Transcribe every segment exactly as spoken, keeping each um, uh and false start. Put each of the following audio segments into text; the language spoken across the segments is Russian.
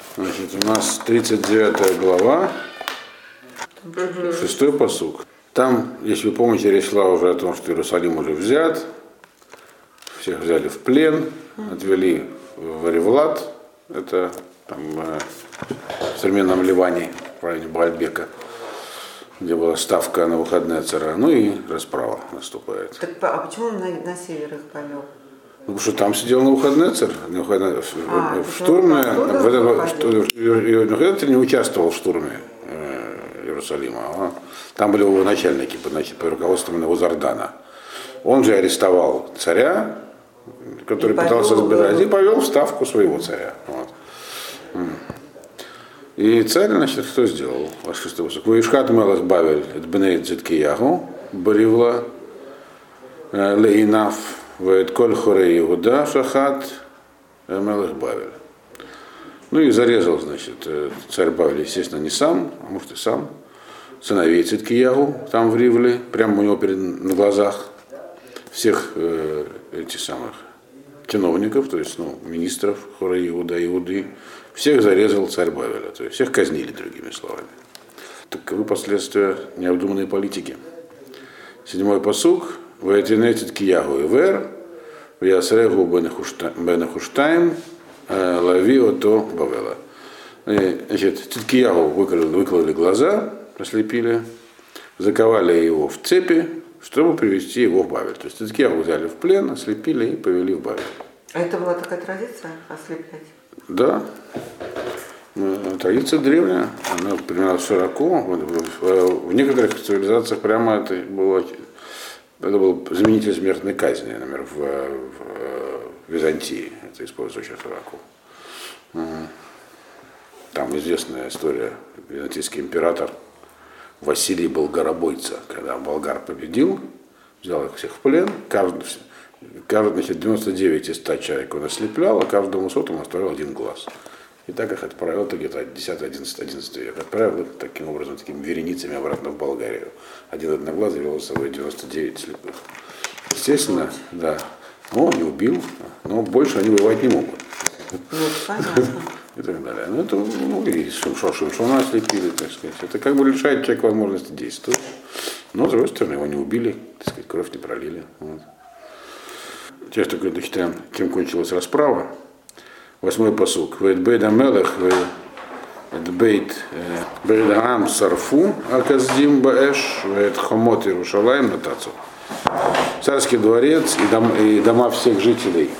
Значит, у нас тридцать девятая глава, шестой пасук. Там, если вы помните, речь шла уже о том, что Иерусалим уже взят, всех взяли в плен, отвели в Аревлат, это там в современном Ливане, в районе Баальбека, где была ставка на выходные цара, ну и расправа наступает. Так, а почему он на, на север их повел? Ну, потому что там сидел на выходные царь, на выходные, а, в штурме, в не участвовал в штурме э, Иерусалима, а там были его начальники под, под руководством Навузардана. Он же арестовал царя, который и пытался сбежать, и повел в ставку своего царя. Вот. И царь, значит, что сделал? Ваишхат Мелах Бавель, Бней Циткиягу, Баривла, Лейнаф, Ваид Коль Хоре Иуда, Шахат, Мелах Бавель. Ну и зарезал, значит, царь Бавель, естественно, не сам, а может и сам, сыновей Циткиягу, там в Ривле, прямо у него перед, на глазах всех э, этих самых чиновников, то есть ну, министров Хоре Иуда, Иуды, всех зарезал царь Бавеля, то есть всех казнили, другими словами. Таковы последствия необдуманной политики. Седьмой пасук. Ваэтинетит киягу ивер, вясрегу бенахуштаем, лави ото Бавела. Значит, Циткиягу выкололи, выкололи глаза, ослепили, заковали его в цепи, чтобы привести его в Бавель. То есть Циткиягу взяли в плен, ослепили и повели в Бавель. А это была такая традиция, ослеплять? Да. Традиция древняя, она применялась широко. В некоторых цивилизациях прямо это было, это был заменитель смертной казни, например, в, в Византии. Это используется очень широко. Там известная история. Византийский император Василий Болгаробойца, когда болгар победил, взял их всех в плен, каждый, каждый, значит, девяносто девять из ста человек он ослеплял, а каждому сотому оставил один глаз. И так их отправил, это где-то десятый-одиннадцатый век, отправил их таким образом, такими вереницами обратно в Болгарию. Один одноглазый вел с собой девяносто девять слепых. Естественно, да, но он не убил, но больше они воевать не могут. И так далее. Ну, это, ну, и Шимшона ослепили, так сказать. Это как бы лишает человека возможности действовать. Но, с другой стороны, его не убили, так сказать, кровь не пролили. Вот. Сейчас только дочитаем, чем кончилась расправа. Восьмой пасук. Вейтбейт амелех, вейтбейт бейдаам сарфу, аказдим баэш, вейт хомот Иерушалаим натацу. Царский дворец и, дом, и дома всех жителей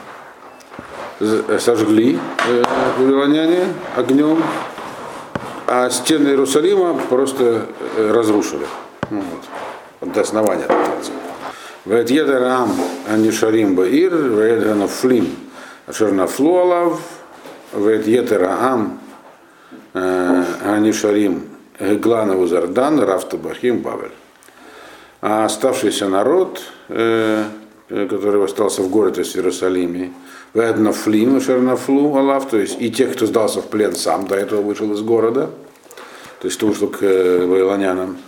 сожгли э, вавилоняне огнем, а стены Иерусалима просто э, разрушили. Вот, до основания. Вейт едерам анишарим баир, вейт ганафлим. Ашернафлу алав, вейт етераам, анишарим, гланову зардан, рафтабахим, бавель. А оставшийся народ, который остался в городе с Иерусалиме, вейт нафлим, ашернафлу алав, то есть и тех, кто сдался в плен сам, до этого вышел из города, то есть кто вышел к вавилонянам,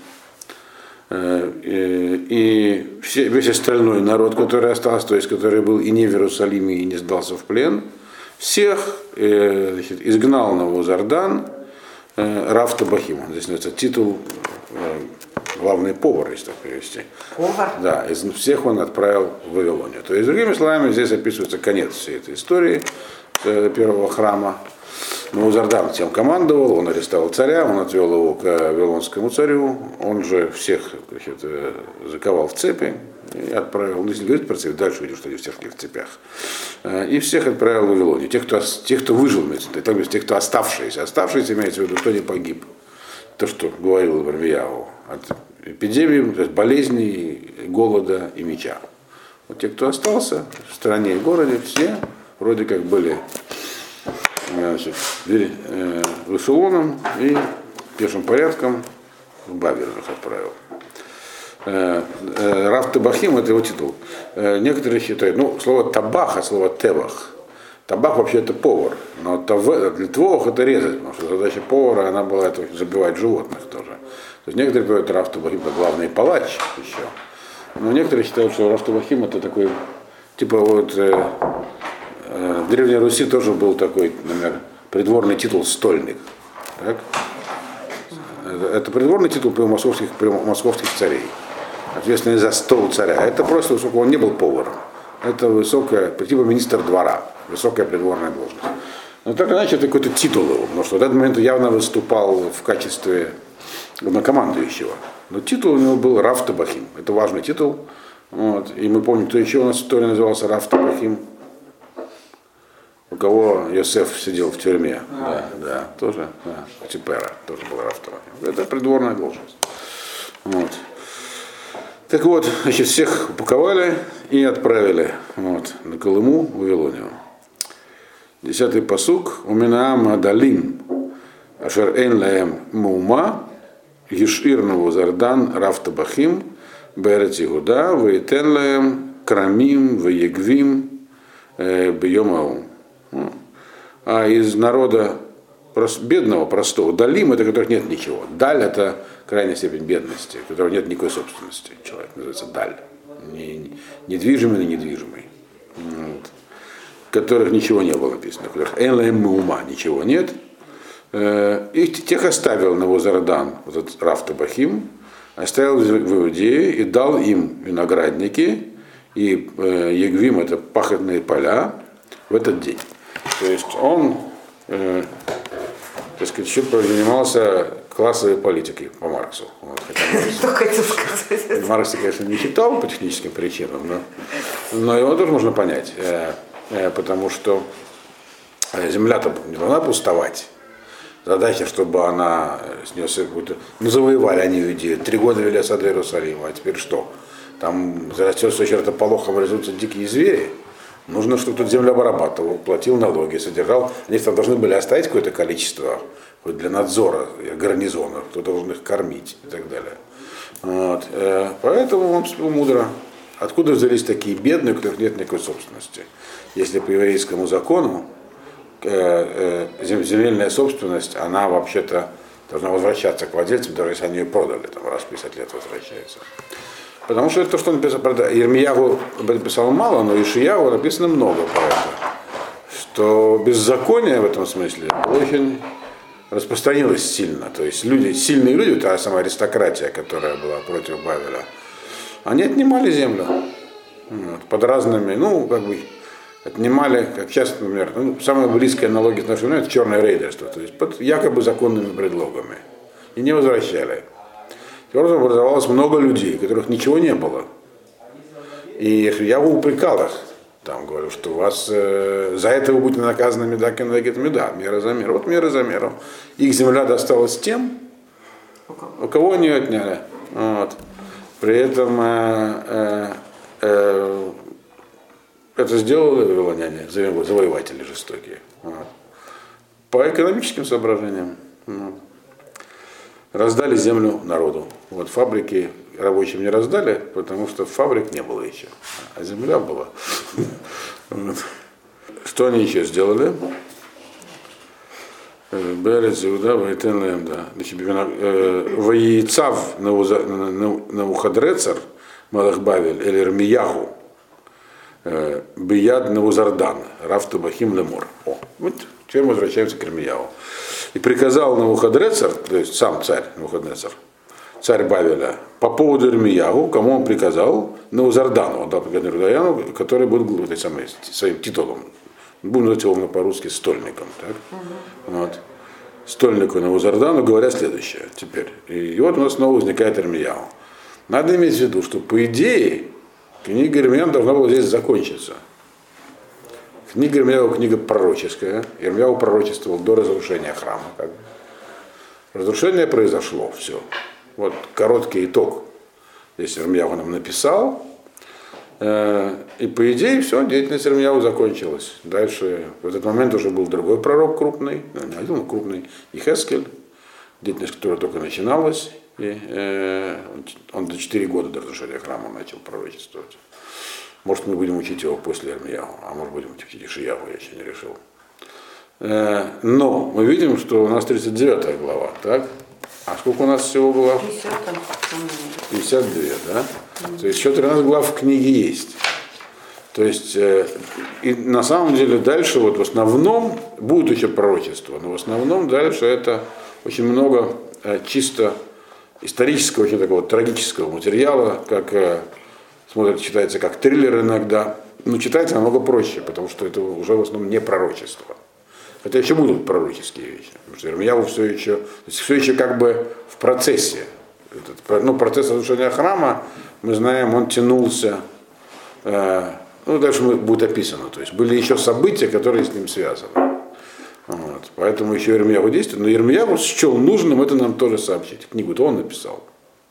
и все, весь остальной народ, который остался, то есть который был и не в Иерусалиме, и не сдался в плен, всех значит, изгнал Навузардан Рафтабахим. Здесь называется титул главный повар, если так перевести. Повар? Да, из всех он отправил в Вавилонию. То есть, другими словами, здесь описывается конец всей этой истории первого храма. Навузардан тем командовал, он арестовал царя, он отвел его к вавилонскому царю, он же всех, значит, заковал в цепи и отправил, ну если говорить про цепи, дальше видишь, что они все в цепях, и всех отправил в Вавилонию. Тех, кто, тех, кто выжил, так, тех, кто оставшиеся, оставшиеся имеется в виду, кто не погиб. То, что говорил Вармияу, от эпидемии, то есть болезней, голода и меча. Вот те, кто остался в стране и городе, все вроде как были, значит, в эшелоном и пешим порядком в Бавель их отправил. Рафтабахим — это его титул. Некоторые считают, ну, слово табах, а слово тевах. Табах вообще это повар, но для твох это резать, потому что задача повара, она была это забивать животных тоже. То есть некоторые говорят, Рафтабахим это главный палач еще. Но некоторые считают, что Рафтабахим это такой, типа вот, э, э, в Древней Руси тоже был такой, например, придворный титул стольник. Так? Это, это придворный титул при московских, при московских царей. Ответственный за стол царя. Это просто высокий, он не был поваром. Это высокая, типа министр двора, высокая придворная должность. Но так иначе это какой-то титул его, потому что в этот момент явно выступал в качестве главнокомандующего. Но титул у него был Рав Табахим. Это важный титул. Вот. И мы помним, кто еще у нас в истории назывался Рав Табахим. У кого Йосеф сидел в тюрьме. Да, да, тоже. Да. Типера тоже был Рав Табахим. Это придворная должность. Вот. Так вот, значит, всех упаковали и отправили вот, на Колыму, в Вавилонию. Десятый пасук. Уминаам адалим ашер эйн лаэм муума ешир навузардан Рав Табахим берец Игуда вейтен лаэм крамим веегвим бьем аум. А из народа бедного, простого, далим, это которых нет ничего. Даль это крайняя степень бедности, у которого нет никакой собственности. Человек называется даль. Недвижимый или недвижимый. Вот. Которых ничего не было написано, у которых энлэм ума ничего нет. Их тех оставил на Возардан, вот этот Рав Табахим, оставил в Иудее и дал им виноградники, и егвим это пахотные поля в этот день. То есть он, э, так сказать, еще занимался классовой политикой по Марксу. Вот, Что хотел сказать? Маркс, конечно, не читал по техническим причинам, но, но его тоже можно понять, э, э, потому что земля-то не должна пустовать. Задача, чтобы она снес какую-то... Ну, завоевали они Иудею, три года вели осаду Иерусалима, а теперь что? Там зарастет все чертополохом, резутся дикие звери. Нужно, чтобы тут землю обрабатывал, платил налоги, содержал. Они там должны были оставить какое-то количество хоть для надзора гарнизонов, кто должен их кормить и так далее. Вот. Поэтому он вспомнил мудро. Откуда взялись такие бедные, у которых нет никакой собственности? Если по еврейскому закону земельная собственность, она вообще-то должна возвращаться к владельцам, даже если они ее продали, там раз в пятьдесят лет возвращается. Потому что это то, что он написал, правда, Ирмиягу написал мало, но Ишиягу написано много про это. Что беззаконие в этом смысле очень распространилось сильно. То есть люди, сильные люди, та самая аристократия, которая была против Бавеля, они отнимали землю. Вот, под разными, ну, как бы, отнимали, как сейчас, например, ну, самая близкая аналогия с нашей временем, это черное рейдерство, то есть под якобы законными предлогами. И не возвращали. Тем образом образовалось много людей, у которых ничего не было. И я упрекал их, там говорю, что у вас э, за это вы будете наказаны медакин вегет меда, мера за меру. Вот мера за меру. Их земля досталась тем, у кого они отняли. Вот. При этом э, э, э, это сделали вавилоняне, завоеватели жестокие. Вот. По экономическим соображениям. Вот. Раздали землю народу. Вот фабрики рабочим не раздали, потому что фабрик не было еще, а земля была. Вот. Что они еще сделали? Берец, Иуда, Вайтен, да. Ваицав Навуходрецар, Малах Бавель, или Ирмиягу, Бияд Навузардан, Рав Табахим Лемор. О, вот теперь мы возвращаемся к Ирмиягу. И приказал Навуходрецар, то есть сам царь Навуходрецар, царь Бавеля, по поводу Ирмиягу, кому он приказал, Навузардану, он дал приказание Рудаяну, который был вот, самый, своим титулом, будем называть его по-русски стольником. Так? Угу. Вот. Стольнику Навузардану говорят следующее теперь. И вот у нас снова возникает Ирмиягу. Надо иметь в виду, что по идее книга Ирмиягу должна была здесь закончиться. Книга Ирмиягу книга пророческая. Ирмиягу пророчествовал до разрушения храма. Как бы. Разрушение произошло, все. Вот короткий итог. Здесь Ирмиягу нам написал. И по идее все, деятельность Ирмиягу закончилась. Дальше в этот момент уже был другой пророк крупный, не один, крупный, Йехескель, деятельность которой только начиналась. И э, он до четыре года до разрушения храма начал пророчествовать. Может, мы будем учить его после Ирмиягу, а может, будем учить Ишиягу, я еще не решил. Э, но мы видим, что у нас тридцать девятая глава, так? А сколько у нас всего было? пятьдесят две, да? Mm-hmm. То есть еще тринадцать глав в книге есть. То есть, э, и на самом деле дальше вот в основном будут еще пророчества, но в основном дальше это очень много э, чисто исторического, очень такого трагического материала, как э, смотрит, читается как триллер иногда, но читается намного проще, потому что это уже в основном не пророчество. Хотя еще будут пророческие вещи, потому что Ирмияу все еще, то есть все еще как бы в процессе. Этот, ну, процесс разрушения храма, мы знаем, он тянулся, э, ну, дальше будет описано, то есть были еще события, которые с ним связаны. Вот. Поэтому еще Ирмияу действует, но Ирмияу счел нужным это нам тоже сообщить. Книгу-то он написал.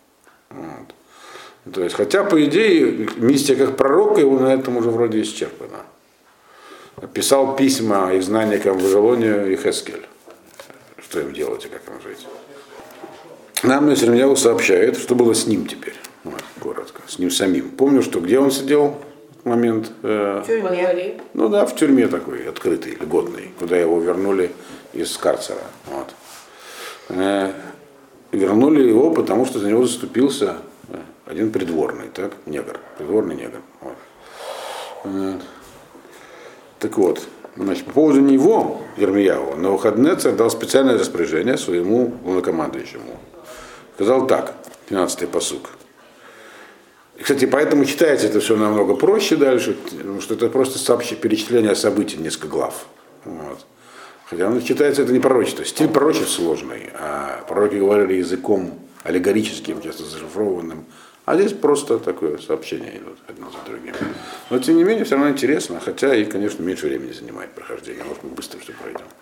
Вот. То есть, хотя, по идее, миссия как пророка его на этом уже вроде исчерпана. Писал письма изгнанникам в Вавилонию и Хескель. Что им делать и как им жить. Нам Ирмияу сообщает, что было с ним теперь. Вот, коротко. С ним самим. Помню, что где он сидел в момент. Э, в тюрьме. Ну да, в тюрьме такой, открытый, льготный, куда его вернули из карцера. Вот. Э, вернули его, потому что за него заступился один придворный, так, негр, придворный негр. Вот. Э, так вот, значит, по поводу него, Ирмияу, Навуходоносор дал специальное распоряжение своему главнокомандующему. Сказал так, двенадцатый пасук. И, кстати, поэтому читается это все намного проще дальше, потому что это просто сообщение, перечисление событий, несколько глав. Вот. Хотя оно читается, это не пророчество. Стиль пророчеств сложный, а пророки говорили языком аллегорическим, часто зашифрованным. А здесь просто такое сообщение идут одно за другим. Но тем не менее, все равно интересно, хотя и, конечно, меньше времени занимает прохождение. Может, мы быстро все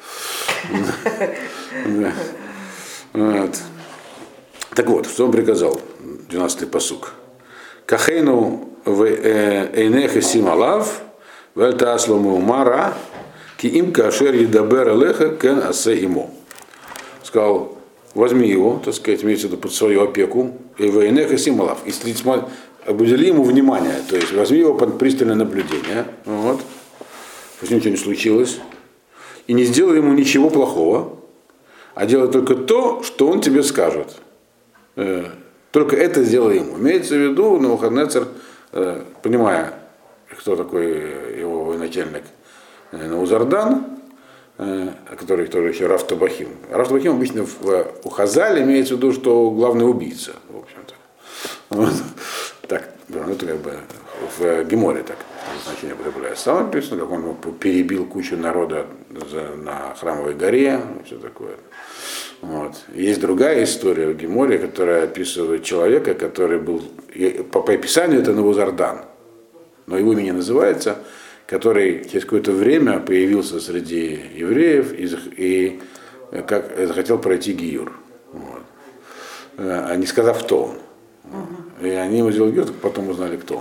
пройдем. Так вот, что он приказал, двенадцатый пасук. Кахейну в эйнех сим алав, вальта аслому мара, ки им кашер едабер алеха кен асе имо. Сказал, возьми его, так сказать, имеется в виду под свою опеку, и в эйнех сим алав, и удели ему внимание, то есть возьми его под пристальное наблюдение, вот, пусть ничего не случилось, и не сделай ему ничего плохого, а делай только то, что он тебе скажет. Только это сделай ему. Имеется в виду, Навуходоносор, понимая, кто такой его военачальник Навузардан, который тоже еще Рав Табахим. Рав Табахим обычно в, у Хазаль имеется в виду, что главный убийца, в общем-то. Вот. Так, это как бы в Геморе так значение употребляется. Сам написано, как он перебил кучу народа на Храмовой горе и все такое. Вот. Есть другая история в Геморе, которая описывает человека, который был, по, по описанию это Навузардан, но его имя не называется, который через какое-то время появился среди евреев и, и как, захотел пройти гиюр, вот. А не сказав, кто он. И они ему сделали гиюр, потом узнали, кто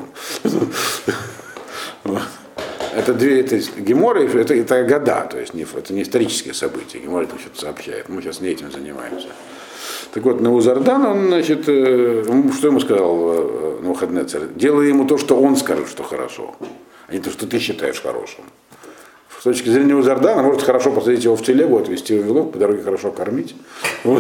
он. Это две, это Гемора, это, это года, то есть не, это не исторические события. Гемора это что-то сообщает. Мы сейчас не этим занимаемся. Так вот, Навузардан, он, значит, что ему сказал Навуходоносор? Делай ему то, что он скажет, что хорошо, а не то, что ты считаешь хорошим. С точки зрения Навузардана, может хорошо посадить его в телегу, отвезти в Вавилон, по дороге хорошо кормить. Вот.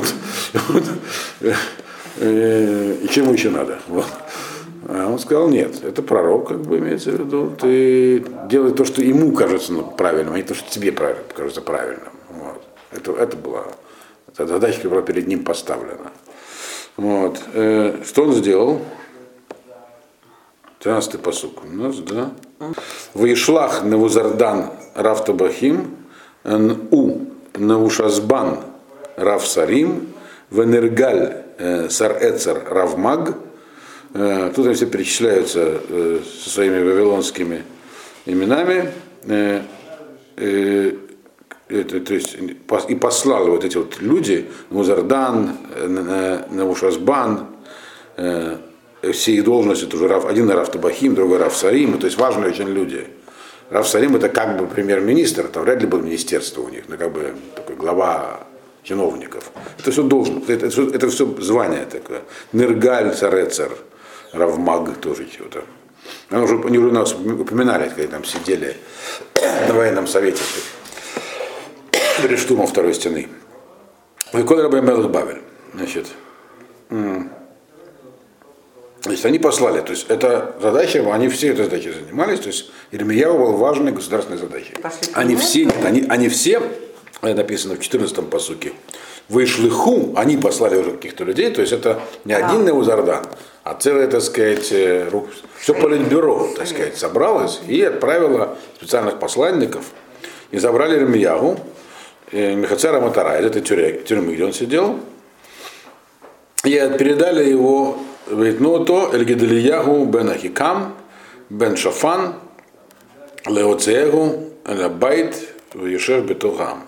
И чем еще надо? Вот. А он сказал, нет, это пророк, как бы имеется в виду, ты делай то, что ему кажется правильным, а не то, что тебе кажется правильным. Вот. Это, это была эта задача, которая была перед ним поставлена. Вот. Э, что он сделал? тринадцатый пасук у нас, да? Ваишлах Навузардан Рав Табахим, у Навушазбан Рав Сарим, Венергаль Сар-Эцер Рав Маг. Тут они все перечисляются э, со своими вавилонскими именами. Э, э, это, то есть, и послали вот эти вот люди, Навузардан, Навушазбан, э, все их должности, это уже Рав, один Рав Табахим, другой Рав Сарим, то есть важные очень люди. Рав Сарим это как бы премьер-министр, там вряд ли было министерство у них, но как бы такой глава чиновников. Это все должно, это, это, это все звание такое. Нергаль Сар-Эцер. Равмаг тоже чего-то. Они уже, они уже нас упоминали, когда там сидели на военном совете перед штурмом второй стены. Викон Рабби Мелех Бавель. Значит, Значит, они послали, то есть эта задача, они все этой задачей занимались, то есть Ирмияу был важной государственной задачей. Пошли Они все, нет, они, они все, написано в четырнадцатом пасуке, вышли ху, они послали уже каких-то людей, то есть это не Да. один Неузардан, а целое, так сказать, ру- все политбюро, так сказать, собралось и отправило специальных посланников и забрали Ирмияу, Мехацера Матара, из этой тюря- тюрьмы, где он сидел, и передали его, говорит, ну то Эль-Гедалиягу бен Ахикам, бен Шафан, Леоцеегу, Эль-Байт, Ешев Бетугам.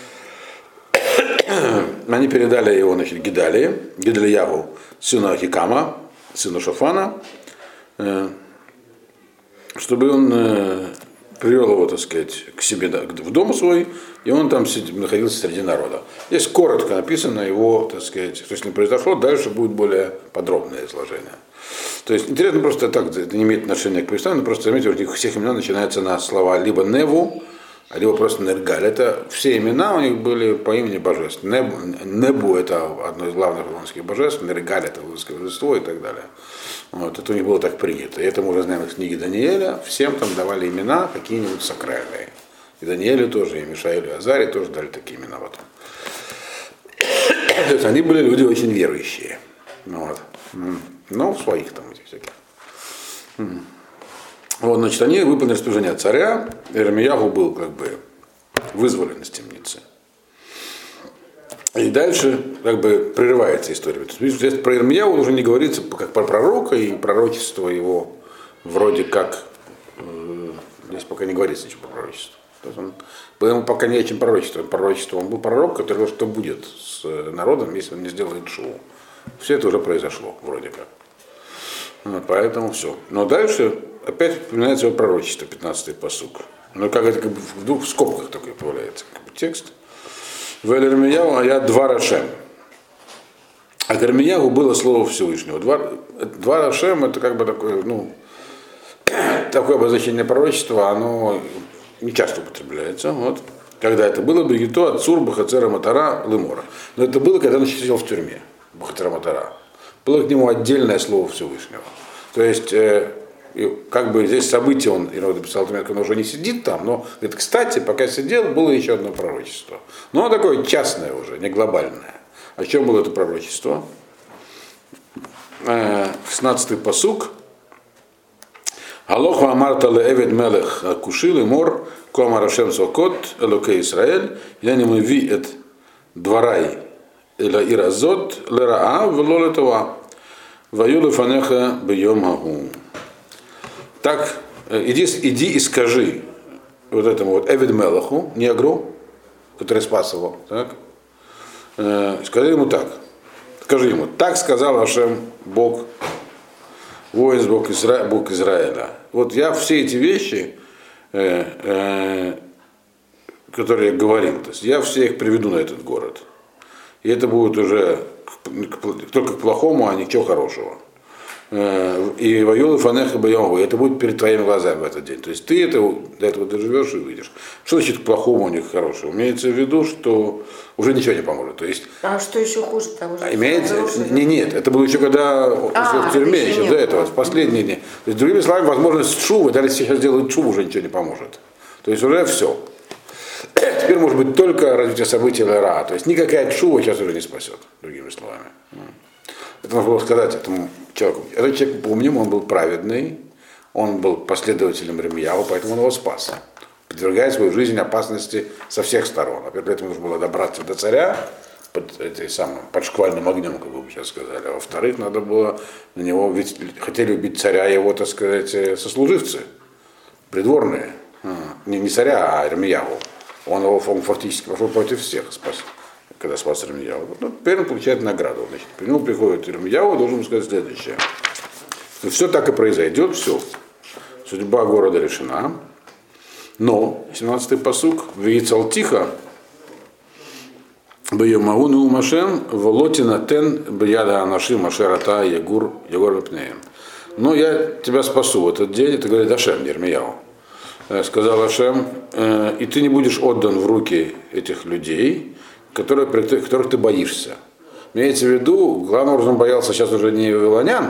Они передали его, значит, Гедалии, Гедалиягу, сыну Ахикама, сыну Шафана, э, чтобы он э, привел его, так сказать, к себе да, в дом свой, и он там сидел, находился среди народа. Здесь коротко написано его, так сказать, что с ним произошло, дальше будет более подробное изложение. То есть интересно просто так, это не имеет отношения к повествованию, просто заметьте, у них всех имена начинаются на слова либо Неву, либо просто Нергаль. Это все имена у них были по имени божеств. Небу, Небу это одно из главных вавилонских божеств, Нергаль это вавилонское божество и так далее. Вот, это у них было так принято. И это мы уже знаем из книги Даниэля. Всем там давали имена какие-нибудь сакральные. И Даниэлю тоже, и Мишаэлю, и Азаре тоже дали такие имена потом. То есть они были люди очень верующие. Вот. Но в своих там этих всяких. Вот, значит, они выполнили распоряжение царя. Ирмияху был как бы вызволен из темницы. И дальше как бы прерывается история. То есть, здесь про Ирмияху уже не говорится как про пророка, и пророчество его вроде как э, здесь пока не говорится ничего про пророчество. То есть он, ему пока не о чем пророчествовать. Пророчество. Он был пророк, который говорил, что будет с народом, если он не сделает шоу. Все это уже произошло, вроде как. Вот, поэтому все. Но дальше опять вспоминается его пророчество, пятнадцатый пасук. Но как это как бы в двух скобках такой появляется как бы, текст. В Эль-Ирмияу аят два Рашем. А к Ирмияу было слово Всевышнего. Два, два Рашем это как бы такое, ну, такое обозначение пророчества, оно не часто употребляется. Вот. Когда это было, Бегито, Ацур, Бахацера, Матара, Лемора. Но это было, когда он сидел в тюрьме. Бахацера, Матара. Было к нему отдельное слово Всевышнего. То есть, э, как бы здесь событие, он, Ирод написал, он уже не сидит там, но, говорит, кстати, пока сидел, было еще одно пророчество. Но оно такое частное уже, не глобальное. О чем было это пророчество? шестнадцатый пасук. Алох вамарта леэвед мелех кушил и мор, кома рашем сокот, элокей Исраэль, я не мыви эт дворай, эла иразот, лераа, вело летова, ваюлу фанеха бьем гагу. Так, иди, иди и скажи вот этому вот Эвид Мелаху, негру, который спас его, так, э, скажи ему так, скажи ему, так сказал Ашем Бог, воин Бог, Изра... Бог Израиля. Вот я все эти вещи, э, э, которые я говорил, то есть я все их приведу на этот город. И это будет уже только к плохому, а ничего хорошего. И воюл фанеха боем, это будет перед твоими глазами в этот день. То есть ты это, до этого доживешь и выйдешь. Что значит к плохому, у них хорошего? Имеется в виду, что уже ничего не поможет. То есть, а что еще хуже того же? Имеется, не, нет, это было еще когда а, в тюрьме, еще, еще до этого, в последние дни. То есть, другими словами, возможность шувы, даже если сейчас делают шуву, уже ничего не поможет. То есть уже все. Теперь может быть только развитие событий Лера. То есть никакая шува сейчас уже не спасет, другими словами. Это можно было сказать этому человеку. Этот человек, помним, он был праведный, он был последователем Ирмияу, поэтому он его спас, подвергая свою жизнь опасности со всех сторон. Во-первых, для этого нужно было добраться до царя под, этой самой, под шквальным огнем, как бы вы сейчас сказали. А во-вторых, надо было на него, ведь хотели убить царя его, так сказать, сослуживцы, придворные. Не, не царя, а Ирмияу. Он его он фактически пошел против всех, спас. Когда спас Ирмияу. Ну, теперь он получает награду. Значит, при нему приходит Ирмияу, должен сказать следующее. Все так и произойдет, все. Судьба города решена. Но, семнадцатый пасук, «Веицал тихо, бьемагу ну машем, волотина тен бьяда анаши машерата ягур ягур вепнеем». Но я тебя спасу в этот день, это говорит Ашем, Ирмияу. Сказал Ашем, и ты не будешь отдан в руки этих людей, Которые, которых ты боишься. Имеется в виду, главным образом боялся сейчас уже не вавилонян,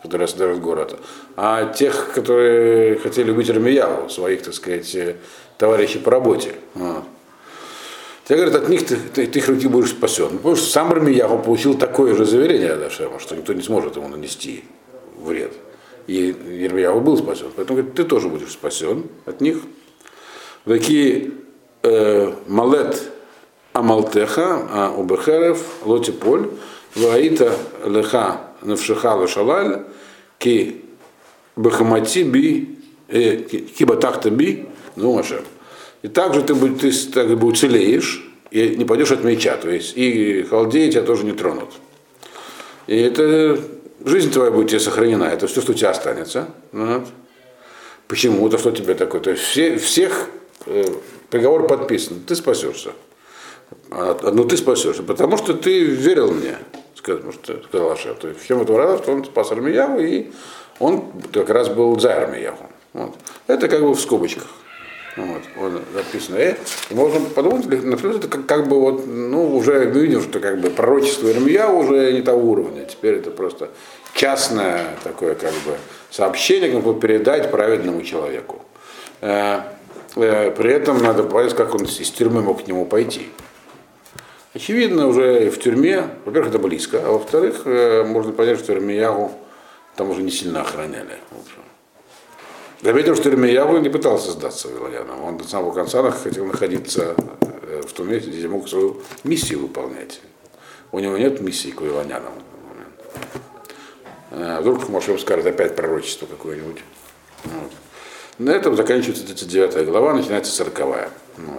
которые осаждают город, а тех, которые хотели убить Ирмияу, своих, так сказать, товарищей по работе. Вот. Тебе говорят, от них ты, ты, ты их руки будешь спасен. Ну, потому что сам Ирмияу получил такое же заверение от Ашема, что никто не сможет ему нанести вред. И Ирмияу был спасен. Поэтому говорит, ты тоже будешь спасен от них. Такие э, малет амалтеха, а убехерев, лотиполь, ваита леха навшиха лешалаль, ки бахамати би, ки батахта би, ну, машем. И также ты, ты так бы уцелеешь и не пойдешь от меча, то есть и халдеи тебя тоже не тронут. И это жизнь твоя будет тебе сохранена, это все, что у тебя останется. Вот. Почему? Это что тебе такое? То есть все, всех э, приговор подписан, ты спасешься. Ну ты спасешься, потому что ты верил мне, сказал, что сказал Ашем. То есть в чем это раз, что он спас Ирмияу, и он как раз был за Ирмияу. Вот. Это как бы в скобочках. Вот, вот написано. И можно подумать, например, это как, как бы вот, ну, уже видим, что как бы пророчество Ирмия уже не того уровня. Теперь это просто частное такое как бы сообщение, как бы передать праведному человеку. Э, э, при этом надо понять, как он из тюрьмы мог к нему пойти. Очевидно, уже в тюрьме, во-первых, это близко, а во-вторых, э, можно понять, что Ирмиягу там уже не сильно охраняли. Заметил, что Ирмияу не пытался сдаться вавилонянам. Он до самого конца хотел находиться в том месте, где мог свою миссию выполнять. У него нет миссии к вавилонянам. А вдруг Моше скажет опять пророчество какое-нибудь. Вот. На этом заканчивается тридцать девятая глава, начинается сороковая. Вот.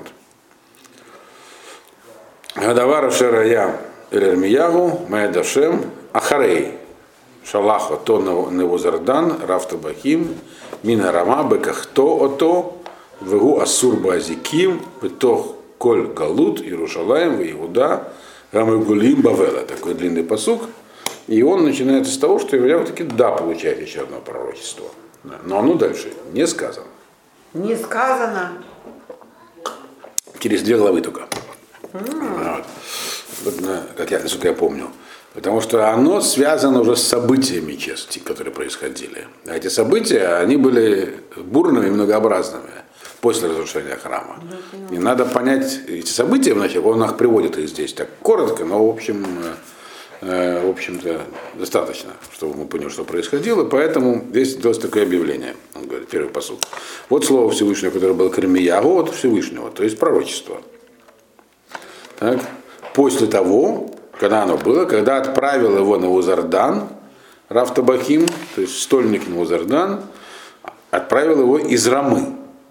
Гадавара Шерая Ирмиягу, Маэдашем, Ахарей, Шалаха то Невозардан, Рафтабахим, Мина Рама, Бекахто Ото, Вегу Асур Базиким, Бетох Коль Галут, Иерушалаем, Иуда, Рамагулим Бавела. Такой длинный пасук. И он начинается с того, что Ирмияу таки да, получает еще одно пророчество. Но оно дальше не сказано. Не сказано. Через две главы только. Mm. Вот. Вот, как я, насколько я помню. Потому что оно связано уже с событиями чести, которые происходили. А эти события, они были бурными и многообразными после разрушения храма. И надо понять эти события вначале, он их приводит их здесь так коротко, но в общем, э, в общем-то достаточно, чтобы мы поняли, что происходило. Поэтому здесь делается такое объявление. Он говорит, первый посуд. Вот слово Всевышнего, которое было к Ирмияу, вот Всевышнего, то есть пророчество. Так. После того, когда оно было, когда отправил его на Узардан, Рафтабахим, то есть стольник на Узардан, отправил его из Рамы.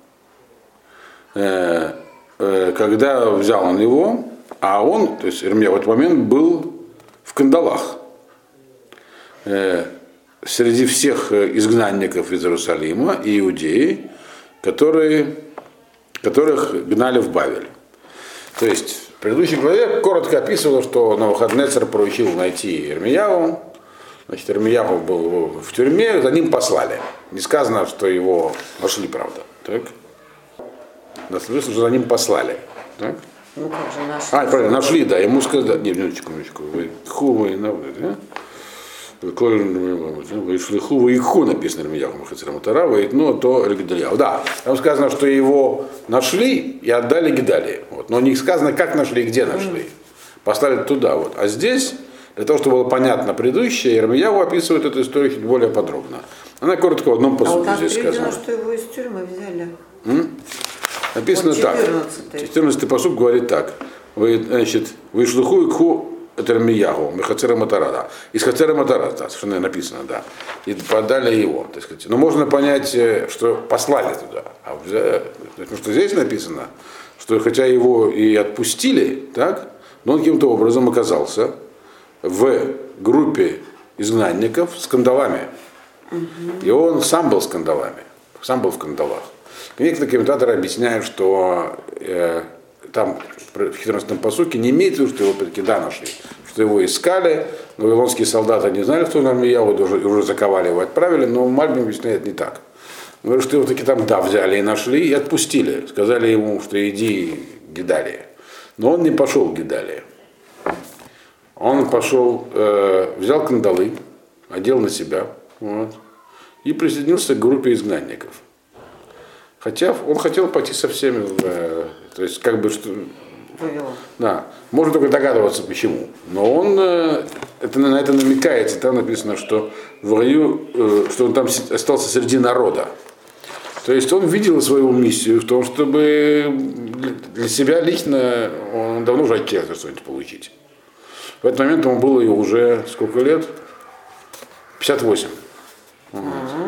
Э, э, когда взял он его, а он, то есть Ирмия в этот момент был в кандалах. Э, среди всех изгнанников из Иерусалима и Иудеи, которые, которых гнали в Бавель. То есть в предыдущей главе коротко описывало, что Навуходоносор поручил найти Ирмияу. Значит, Ирмияу был в тюрьме, за ним послали. Не сказано, что его нашли, правда. Так? Написано, что за ним послали. Так? Ну как же нашли? А, правильно, нашли, да. Ему сказали, не, минуточку, минуточку. Хувы, да? Шлиху Иху написано Ирмияу Махацерам Тарава, но то Гедальяу. Да, там сказано, что его нашли и отдали Гедалии. Вот. Но не сказано, как нашли и где нашли. Поставили туда. Вот. А здесь, для того, чтобы было понятно предыдущее, Ирмияу описывает эту историю чуть более подробно. Она коротко в одном посуде а здесь сказана. что его из тюрьмы взяли. М? Написано вот так. четырнадцатый посуд говорит так. Вы, значит, вы шлиху Иху это Ирмияу, Мехацера Матарада. Из Хацера Матарада, да, совершенно написано, да. И подали его, так сказать. Но можно понять, что послали туда. А, потому что здесь написано, что хотя его и отпустили, так, но он каким-то образом оказался в группе изгнанников с кандалами. Угу. И он сам был с кандалами, сам был в кандалах. Некоторые комментаторы объясняют, что э, там в четырнадцатом посуке не имеется в виду, что его таки да нашли, что его искали, но вавилонские солдаты не знали, что он Ирмияу, уже, уже заковали его, отправили, но Мальбим объясняет не так. Он говорит, что его таки там да взяли и нашли и отпустили, сказали ему, что иди к Гедалии. Но он не пошел к Гедалии. Он пошел, э, взял кандалы, одел на себя, Вот. И присоединился к группе изгнанников. Хотя он хотел пойти со всеми, в, то есть как бы что... Вавилон. Да, можно только догадываться почему. Но он, это, на это намекается, там написано, что в раю, что он там остался среди народа. То есть он видел свою миссию в том, чтобы для себя лично, он давно уже хотел что-нибудь получить. В этот момент ему было уже сколько лет? пятьдесят восемь. Вот,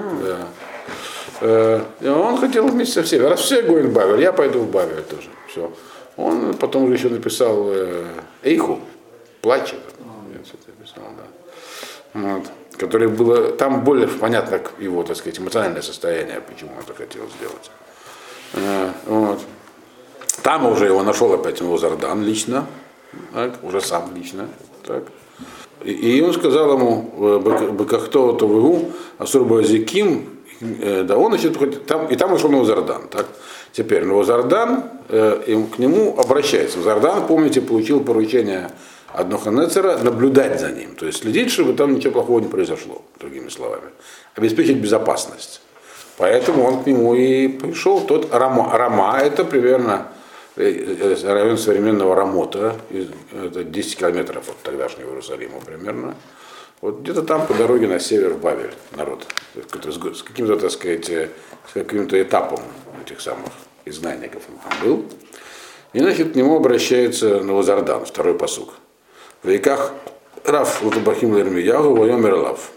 да. И он хотел вместе со всеми. Раз все гонят в Бавель, я пойду в Бавель тоже. Все. Он потом уже еще написал Эйху, плачет. Написал, да. Вот. Который было, там более понятно его, так сказать, эмоциональное состояние, почему он это хотел сделать. Вот. Там уже его нашел опять его Зардан лично, так, уже сам лично. Так. И, и он сказал ему, Бакахто Товыгу, Асурбазиким, да, он значит, там, и там нашел Навузардан. Так. Теперь Навузардан, э, к нему обращается. Навузардан, помните, получил поручение от Навуходоносора наблюдать за ним, то есть следить, чтобы там ничего плохого не произошло, другими словами, обеспечить безопасность. Поэтому он к нему и пришел. Тот Рама, Рама это примерно район современного Рамота, это десять километров от тогдашнего Иерусалима примерно. Вот где-то там по дороге на север в Бавель народ, с каким-то, так сказать, с каким-то этапом этих самых изгнанников он там был. И, значит, к нему обращается Навузардан, второй пасук. В веках Рав Лутабахим Лермиягу Вайомер Лав.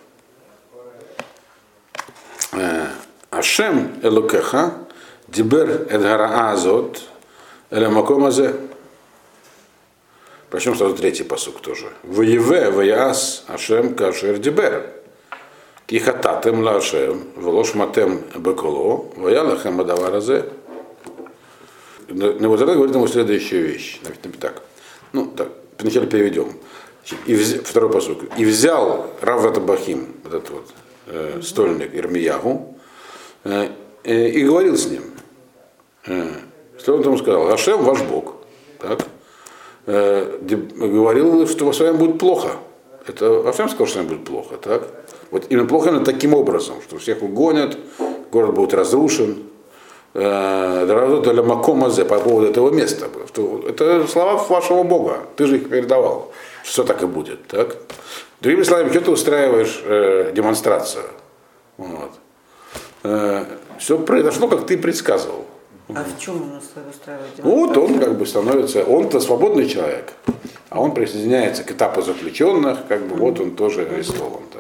Ашем Элокеха Дибер Эдгара Азот Элемакомазе. Причем сразу третий пасук тоже. Воеве Ваяас Ашем Кашер Дибер. Кихататем Лашем Волош Матем Беколо Ваялахем Адаваразе. Навузардан говорит ему следующую вещь. Так. Ну, так, вначале переведем. И вз... Второй посук. И взял Рав Лутабахим, вот этот вот э, стольник Ирмиягу, э, э, и говорил с ним. Э, что он ему сказал? Ашем ваш Бог. Так. Э, говорил, что с вами будет плохо. Это Ашем сказал, что с вами будет плохо. Так. Вот именно плохо именно таким образом, что всех угонят, город будет разрушен. Макомазе по поводу этого места. Это слова вашего Бога. Ты же их передавал. Что так и будет. Так? Другими словами, что ты устраиваешь э, демонстрацию? Вот. Э, все произошло, как ты предсказывал. А в чем он устраивает демонстрацию? Вот он как бы становится, он-то свободный человек, а он присоединяется к этапу заключенных, как бы mm-hmm. вот он тоже арестован.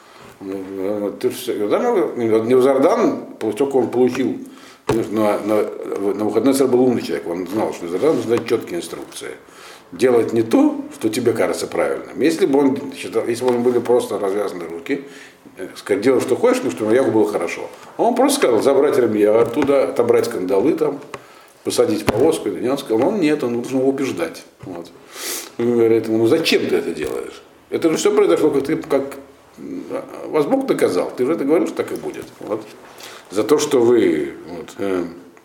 Навузардан, только он получил. На, на, на Навуходоносор был умный человек, он знал, что нужно дать четкие инструкции. Делать не то, что тебе кажется правильным. Если бы он считал, если бы он были просто развязаны руки, сказать, делай, что хочешь, ну, чтобы Ягу было хорошо. А он просто сказал, забрать Ирмияу оттуда, отобрать скандалы там, посадить в повозку. И он сказал, он нет, он должен его убеждать. Вот. Он говорит, ну зачем ты это делаешь? Это же все произошло, как ты, как вас Бог доказал. Ты же это говорил, что так и будет. Вот. За то, что вы вот, э,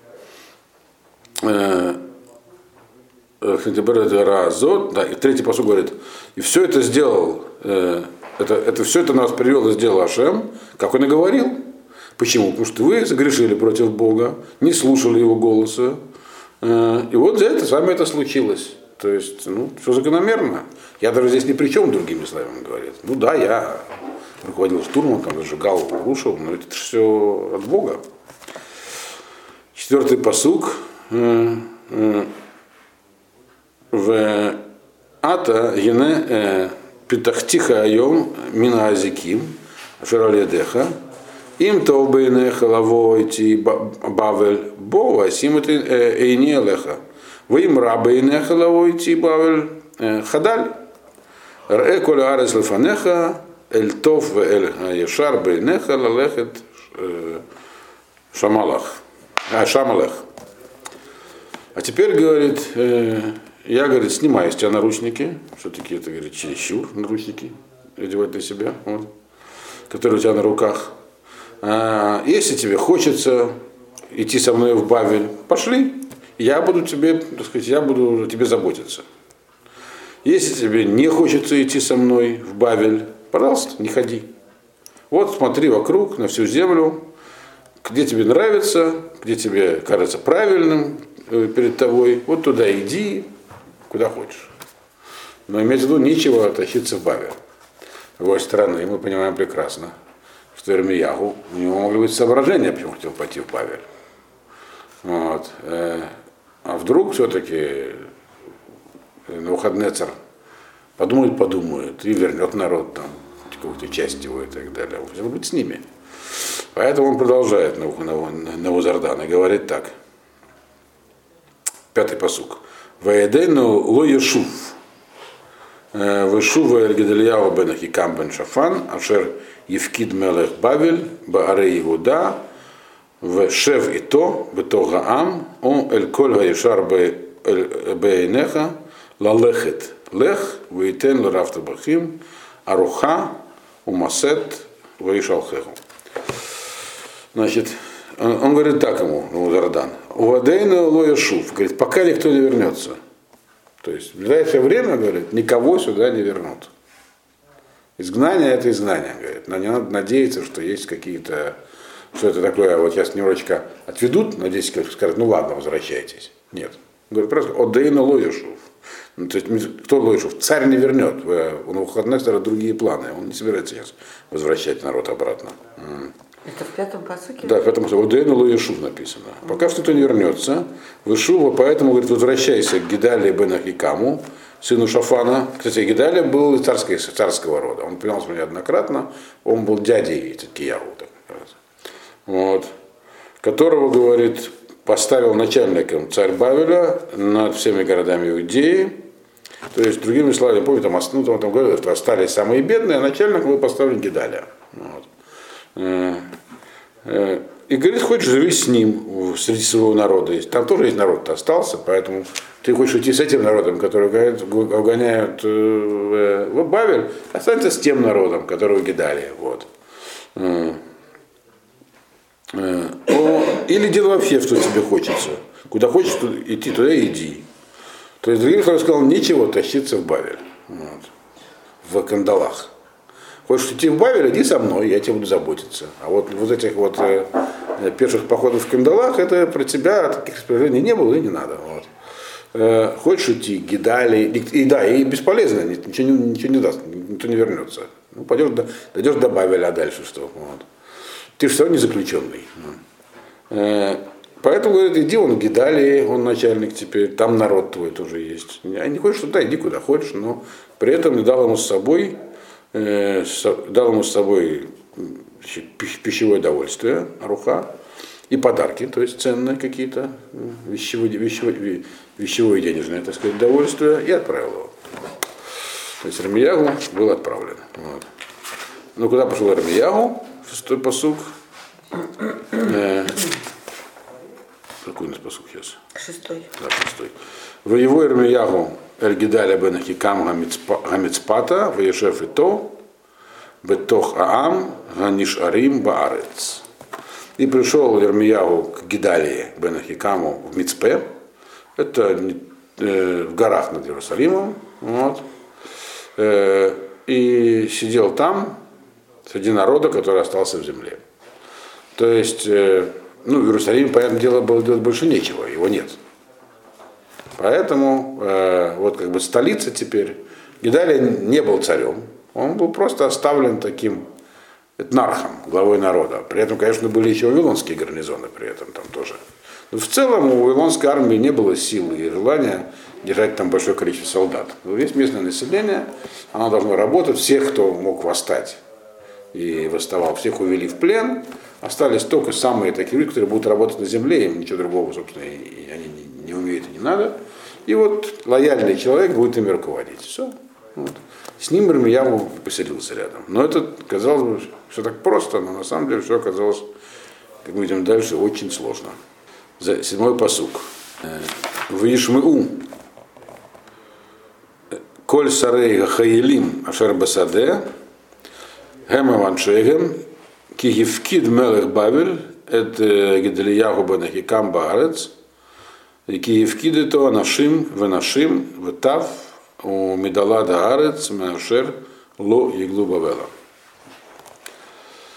э, разот, да, и третий посуд говорит, и все это сделал, э, это, это все это нас привел и сделал Ашем, как он и говорил. Почему? Потому что вы согрешили против Бога, не слушали его голоса, э, и вот за это с вами это случилось. То есть, ну, все закономерно. Я даже здесь ни при чем, другими словами говорит. Ну да, я руководил штурмом, там зажигал, рушил, но это все от Бога. Четвертый пасук. В ата ене питахтиха айом мина азиким шараледеха им толбейнеха лавойти бавель бова симати эйнелеха вим рабейнеха лавойти бавель хадаль ре коля арес лефанеха эль тов эль ешар бейнеха лалехет шамалах шамалах. А теперь говорит, я, говорит, снимаю с тебя наручники, все-таки это, говорит, чересчур наручники одевать на себя, вот, которые у тебя на руках. А если тебе хочется идти со мной в Бавель, пошли, я буду тебе, так сказать, я буду о тебе заботиться. Если тебе не хочется идти со мной в Бавель, пожалуйста, не ходи. Вот смотри вокруг, на всю землю, где тебе нравится, где тебе кажется правильным перед тобой, вот туда иди, куда хочешь. Но имеется в виду нечего тащиться в Бавель. С другой стороны, мы понимаем прекрасно, что Ирмияху, у него могли быть соображения, почему хотел пойти в Бавель. Вот. А вдруг все-таки Навуходоносор подумает, подумает и вернет народ там, какую-то часть его и так далее. Он хотел быть с ними. Поэтому он продолжает Навузардан и говорит так. Пятый пасук. Ваедену ло ешув. Вешува эль Гедальяху бен Ахикам бен Шафан, ашер Евкид мелех Бавель, бааре Иуда, вешев ито, бето гаам, он эль коль гаешар бейнеха, лалехет лех, вейтен ларафта бахим, аруха, умасет, ваишалхеху. Значит, он, он говорит так ему, Навузардан, Увадейну ло ешув, говорит, пока никто не вернется. То есть в ближайшее время, говорит, никого сюда не вернут. Изгнание это изгнание, говорит. Но не надо надеяться, что есть какие-то, что это такое, вот сейчас немножечко отведут, на десять лет, скажут, ну ладно, возвращайтесь. Нет. Говорит, просто Одейну ло ешув. Ну, то есть кто ло ешув? Царь не вернет. У Навуходоносора другие планы. Он не собирается сейчас возвращать народ обратно. Это в пятом пасуке? Да, в пятом пасуке. Одейну ло ешув написано. Пока что-то не вернется. Вышува, поэтому, говорит, возвращайся к Гедалии бен Ахикаму, сыну Шафана. Кстати, Гедалия был царской, царского рода. Он принялся неоднократно. Он был дядей Циткиягу, вот, которого, говорит, поставил начальником царь Бавеля над всеми городами Иудеи. То есть, другими словами, помните, там, ну, там, там говорят, что остались самые бедные, а начальником был поставлен Гедалия. Вот. И говорит, хочешь, живи с ним среди своего народа. Там тоже есть народ-то остался, поэтому ты хочешь идти с этим народом, который угоняют в Бавель, останься с тем народом, которого Гедалия. Вот. Или делай вообще, что тебе хочется. Куда хочешь идти, туда иди. То есть, другим словом, сказал, нечего тащиться в Бавель. Вот. В кандалах. Хочешь идти в Бавель, иди со мной, я тебе буду заботиться. А вот, вот этих вот э, пеших походов в кандалах, это про тебя таких распоряжений не было и не надо. Вот. Э, хочешь идти, Гедалии, и, и да, и бесполезно, ничего, ничего не даст, никто не вернется. Ну, пойдешь до, дойдешь до Бавеля, а дальше что? Вот. Ты же все равно не заключенный. Э, поэтому, говорит, иди, он в Гедалии, он начальник теперь, там народ твой тоже есть. А не хочешь туда, иди куда хочешь, но при этом не дал ему с собой дал ему с собой пищевое довольствие, аруха, и подарки, то есть ценные какие-то, вещевое, вещевое, вещевое и денежное, так сказать, довольствие, и отправил его. То есть Ирмиягу был отправлен. Вот. Ну, куда пошел Ирмиягу? Шестой пасук. Э, какой у нас пасук сейчас? Шестой. Да, шестой. В его Ирмиягу эль Гедалия бен Ахикам гамицпата, ваешев ито, бетох аам, ганиш арим баарец. И пришел Ирмиягу к Гедалии бен Ахикаму в Мицпе, это э, в горах над Иерусалимом, вот, э, и сидел там, среди народа, который остался в земле. То есть, э, ну, в Иерусалиме, понятное дело, было делать больше нечего, его нет. Поэтому э, вот как бы столица теперь, Гедалия не был царем, он был просто оставлен таким этнархом, главой народа. При этом, конечно, были еще вавилонские гарнизоны при этом там тоже. Но в целом у вавилонской армии не было силы и желания держать там большое количество солдат. Но весь местное население, оно должно работать, всех, кто мог восстать и восставал, всех увели в плен, остались только самые такие люди, которые будут работать на земле, им ничего другого, собственно, и, и они не, не умеют и не надо. И вот лояльный человек будет ими руководить. Все. Вот. С ним Ирмиягу поселился рядом. Но это, казалось бы, все так просто, но на самом деле все оказалось, как мы идем дальше, очень сложно. За седьмой пасук. Вишмыу. Коль сарей хаилим ашер басаде, гема ваншегем, ки гивкид мелех Бавель, это Гедальяху бен Ахикам баарец, и ки гивкид это анашим венашим втав у медалада арец менашер ло иглу Бавела.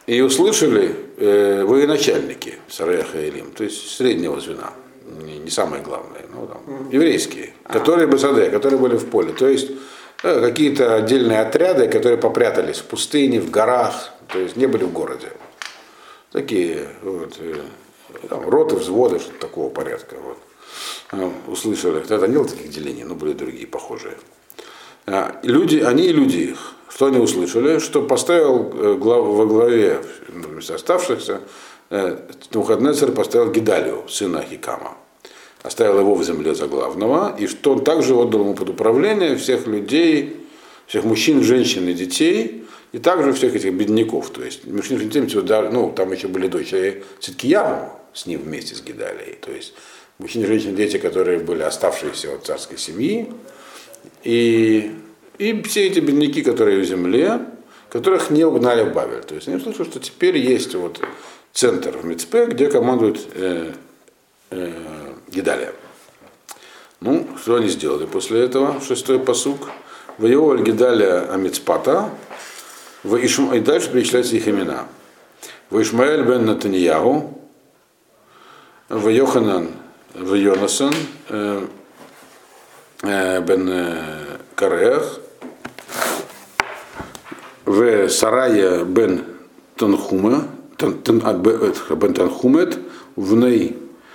И услышали э, военачальники Сарая Хаилим, то есть среднего звена, не, не самое главное, ну, там, еврейские, которые Басаде, которые были в поле. То есть э, какие-то отдельные отряды, которые попрятались в пустыне, в горах, то есть не были в городе. Такие вот, э, там, роты, взводы, что-то такого порядка. Вот. Э, услышали, тогда не было таких делений, но были другие похожие. Э, люди, они и люди их. Что они услышали? Что поставил глав, во главе оставшихся Навуходоносор поставил Гедалию, сына Ахикама. Оставил его в земле за главного, и что он также отдал ему под управление всех людей, всех мужчин, женщин и детей, и также всех этих бедняков. То есть мужчин, женщин, ну, там еще были дочери Циткияву с ним вместе с Гедалией. То есть мужчины, женщины, дети, которые были оставшиеся от царской семьи. И И все эти бедняки, которые в земле, которых не угнали в Бавель. То есть они слышат, что теперь есть вот центр в Мицпе, где командует э, э, Гедалия. Ну, что они сделали после этого? Шестой пасук. Воевал Гедалия Амицпата, и дальше перечисляются их имена. Ишмаэль бен Натаньяху, Йоханан Йонасан бен Карех, в Сарая бен Танхума, бен Танхумет, в ней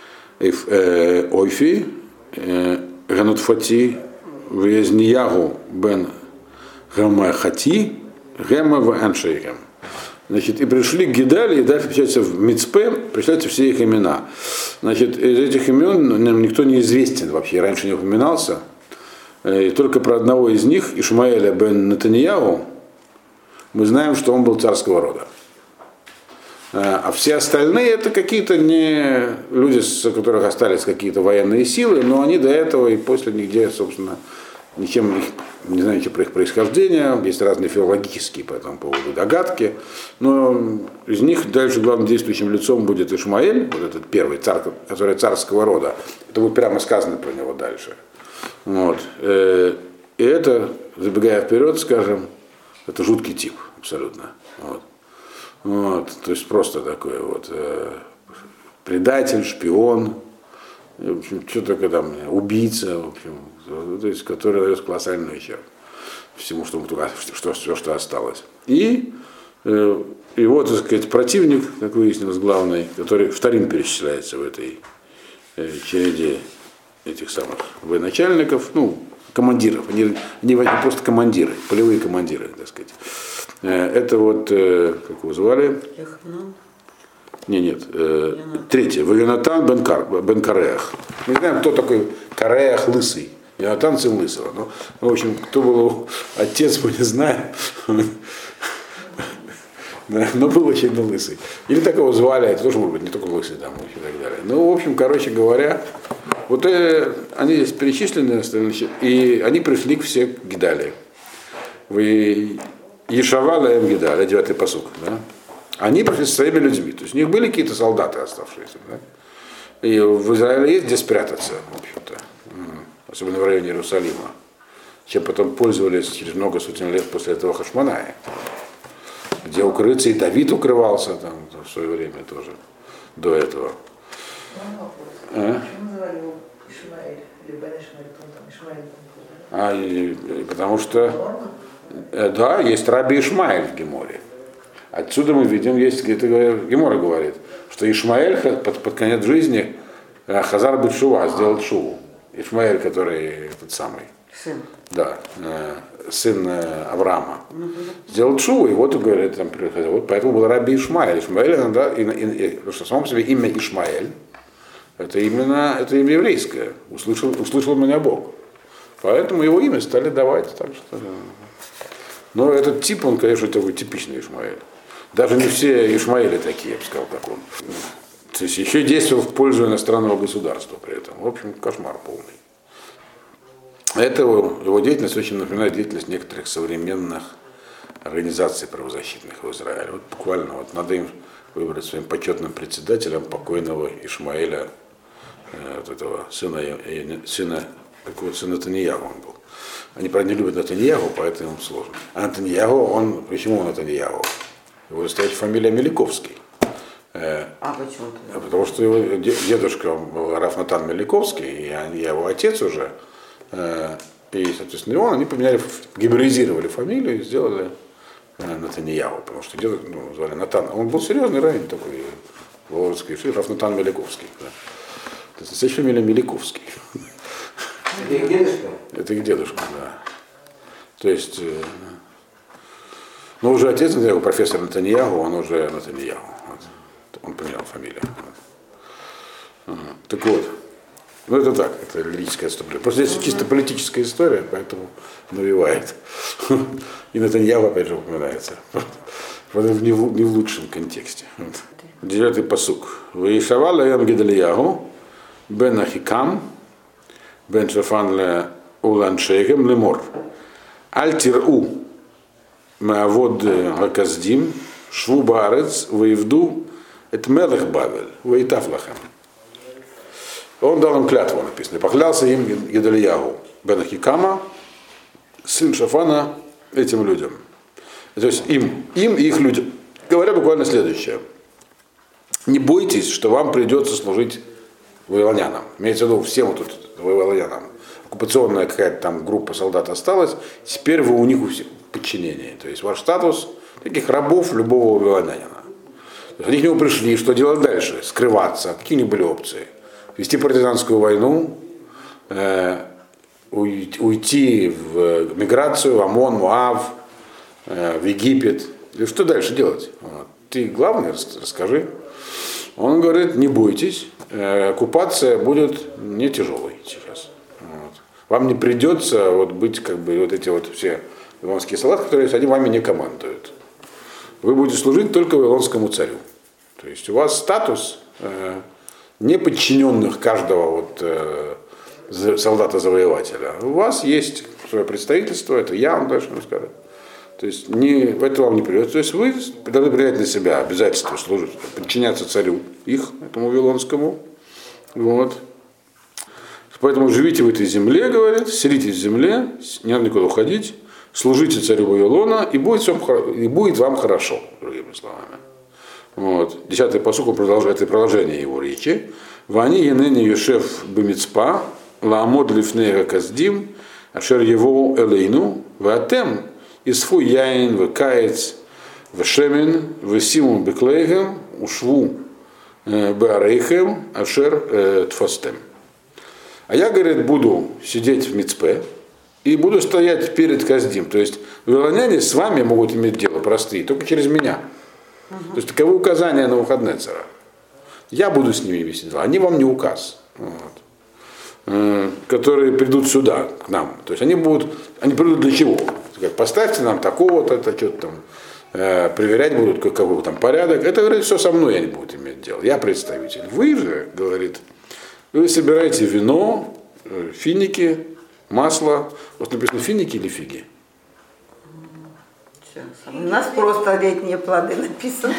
Ойфи, Ганутфати, в Езниягу бен Гамахати, Гема в Аншейхем. Значит, и пришли к Гедалии, и дальше встречаются в Мицпе, пришляются все их имена. Значит, из этих имен нам никто не известен вообще, раньше не упоминался. И только про одного из них, Ишмаэля бен Натаньяху, мы знаем, что он был царского рода. А все остальные это какие-то не люди, с которых остались какие-то военные силы, но они до этого и после нигде, собственно, ничем их, не знаю ничего про их происхождение, есть разные филологические по этому поводу догадки, но из них дальше главным действующим лицом будет Ишмаэль, вот этот первый царь, который царского рода. Это будет прямо сказано про него дальше. Вот. И это, забегая вперед, скажем, это жуткий тип, абсолютно. Вот. Вот. То есть просто такой вот предатель, шпион, в общем, что только там, убийца, в общем, то есть, который дает колоссальный ущерб всему, что, что, все, что осталось. И э, его, так сказать, противник, как выяснилось, главный, который вторым перечисляется в этой э, череде этих самых военачальников, ну, командиров, они, они просто командиры, полевые командиры, так сказать. Э, это вот, э, как его звали? Не, нет, э, третий, Йонатан бен, Кар, бен Кареах. Мы знаем, кто такой Кареах лысый. Йонатан сын лысого. Ну, в общем, кто был отец, мы не знаем. Но был очень лысый. Или такого звали, это тоже может быть не только лысый там и так далее. Ну, в общем, короче говоря, вот э, они здесь перечислены, и они пришли к всем к Гедалии. Вы Ешавала им Гедалия, девятый пасук, да? Они пришли со своими людьми. То есть у них были какие-то солдаты оставшиеся. Да? И в Израиле есть где спрятаться, в общем-то. Особенно в районе Иерусалима. Чем потом пользовались через много сотен лет после этого Хашмонаи. Где укрыться, и Давид укрывался там в свое время тоже. До этого. А? А, и, и потому что да, есть раби Ишмаэль в Геморе. Отсюда мы видим, есть, где-то Гемора говорит, что Ишмаэль под, под конец жизни Хазар бет-шува, сделал шуву. Ишмаэль, который тот самый. Сын. Да, э, сын э, Авраама. Угу. Сделал шуву, и вот, говорит, там, вот поэтому был раби Ишмаэль. Ишмаэль иногда, и, и, и, потому что в самом себе имя Ишмаэль, это именно, это имя еврейское. Услышал, услышал меня Бог. Поэтому его имя стали давать. Так что, но этот тип, он, конечно, такой типичный Ишмаэль. Даже не все Ишмаэли такие, я бы сказал, как он. То есть еще действовал в пользу иностранного государства при этом. В общем, кошмар полный. Это его деятельность очень напоминает деятельность некоторых современных организаций правозащитных в Израиле. Вот буквально вот надо им выбрать своим почетным председателем покойного Ишмаэля, вот этого сына, сына какого-то сына Натаньяху он был. Они, правда, не любят Натаньяху, поэтому им сложно. А Натаньяху, он, почему он Натаньяху? Его настоящая фамилия Меликовский. А почему ты? Потому что его дедушка был Раф Натан Меликовский, и его отец уже, и, соответственно, его они поменяли, гибридизировали фамилию и сделали Натаньяху, потому что дедушку ну, звали Натан. Он был серьезный раввин такой, волжский, Раф Натан Меликовский. Да. То есть настоящая фамилия Меликовский. Это их дедушка? Это их дедушка, да. То есть, ну уже отец его, профессор Натаньяху, он уже Натаньяху. Он поменял фамилию. Ага. Так вот, ну это так, это лирическое отступление. Просто здесь чисто политическая история, поэтому навевает. И Натаньяху опять же упоминается. Не в, не в лучшем контексте. Девятый пасук. Ваишава лаям Гедальяху бен Ахикам бен Шафан ле уланшейхем лемор. Альтиру маавод хаказдим шву баарец воевду это Мелех Бавель, Ваитав Лахем. Он дал им клятву, написано. Поклялся им Гедальяху бен Ахикама, сын Шафана, этим людям. То есть им, им и их людям. Говоря буквально следующее. Не бойтесь, что вам придется служить вавилонянам. Имеется в виду всем вот тут вавилонянам. Оккупационная какая-то там группа солдат осталась, теперь вы у них в подчинении. То есть ваш статус таких рабов любого вавилонянина. Они к нему пришли, что делать дальше? Скрываться. Какие у них были опции? Вести партизанскую войну, э, уйти в миграцию, в Амон, Муав, э, в Египет. И что дальше делать? Вот. Ты главное расскажи. Он говорит, не бойтесь, э, оккупация будет не тяжелой сейчас. Вот. Вам не придется вот, быть как бы вот эти вот все вавилонские солдаты, которые они вами не командуют. Вы будете служить только вавилонскому царю. То есть у вас статус э, не подчиненных каждого вот, э, солдата-завоевателя. У вас есть свое представительство, это я вам дальше расскажу. То есть не, это вам не придется. То есть вы должны принять на себя обязательство служить, подчиняться царю их, этому вавилонскому. Вот. Поэтому живите в этой земле, говорит, селитесь в земле, не надо никуда уходить. Служите царю Вавилона, и будет, вам, и будет вам хорошо, другими словами. Вот. Десятый пасук он продолжает, это продолжение его речи. Вани енени юшеф бемицпа, лаамод лифнега каздим, ашер его элейну, ватем, исфу яин, векаец, вешемен, весиму беклейхем, ушву беарейхем, ашер тфастем. А я, говорит, буду сидеть в Мицпе, и буду стоять перед Каздим. То есть вавилоняне с вами могут иметь дело простые, только через меня. Uh-huh. То есть таковы указания Навуходоносора. Я буду с ними вести дела, они вам не указ. Вот. Которые придут сюда, к нам. То есть они будут, они придут для чего? Поставьте нам такого-то, это что-то там, э, проверять будут, какой там порядок. Это, говорит, все со мной они будут иметь дело. Я представитель. Вы же, говорит, вы собираете вино, финики, масло. Вот написано финики или фиги? У нас просто летние плоды написано.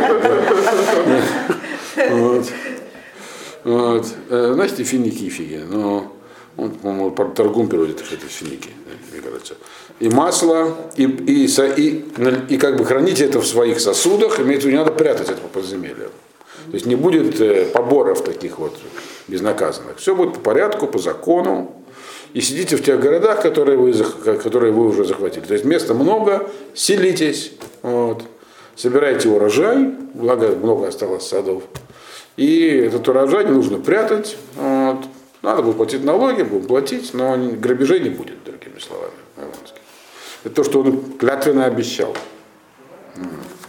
Вот. Знаете, финики и фиги. Но он, по-моему, Таргум переводит их, это финики. И масло, и, и, и, и как бы храните это в своих сосудах, имеется в виду, не надо прятать это по подземелью. То есть не будет поборов таких вот безнаказанных. Все будет по порядку, по закону. И сидите в тех городах, которые вы, которые вы уже захватили. То есть места много, селитесь, вот, собирайте урожай, благо много осталось садов. И этот урожай не нужно прятать. Вот. Надо будет платить налоги, будем платить, но грабежей не будет, другими словами. Это то, что он клятвенно обещал.